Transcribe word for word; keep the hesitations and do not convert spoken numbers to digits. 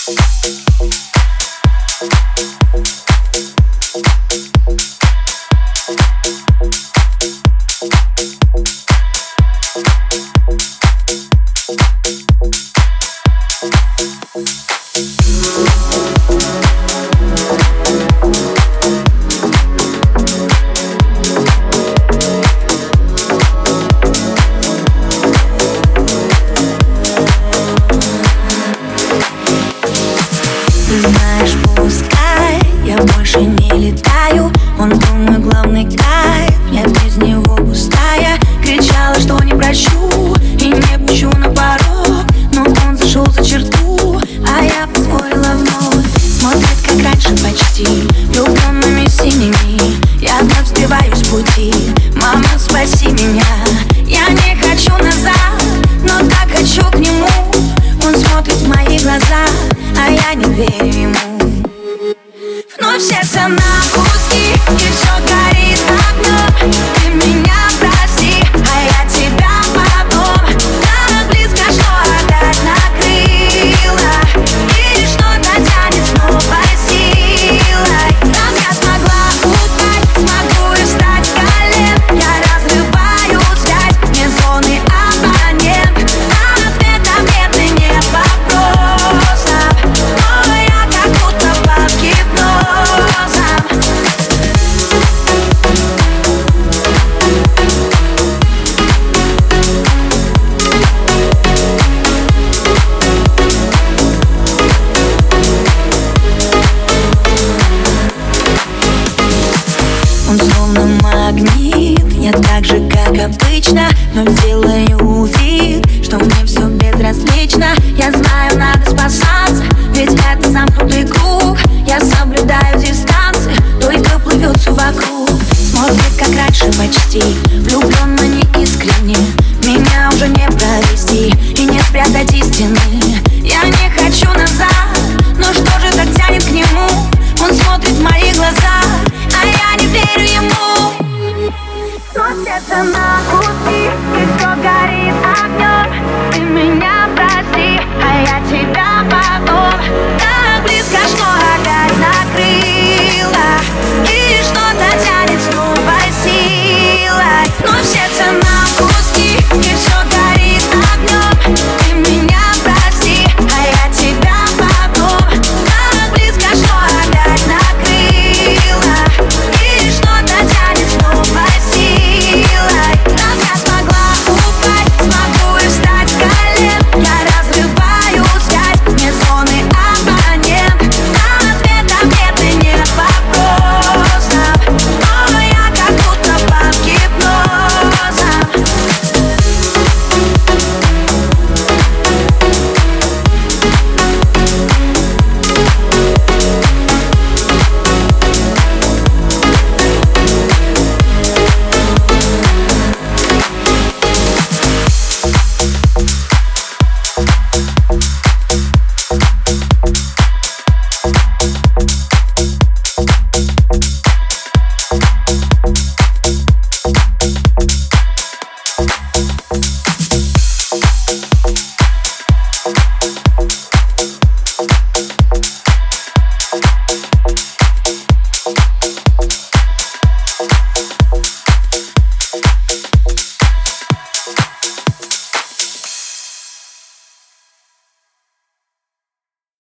Знаешь, пускай я больше не летаю, он был мой главный кайф, я без него пустая. Кричала, что не прощу и не пущу на порог, но он зашел за черту, а я позволила вновь. Смотрит, как раньше почти, влюбленными синими. Я вновь сбиваюсь с пути, мама, спаси меня. Я не хочу назад, но так хочу к нему. Он смотрит в мои глаза, а я не верю ему. Вновь сердце на куски, и все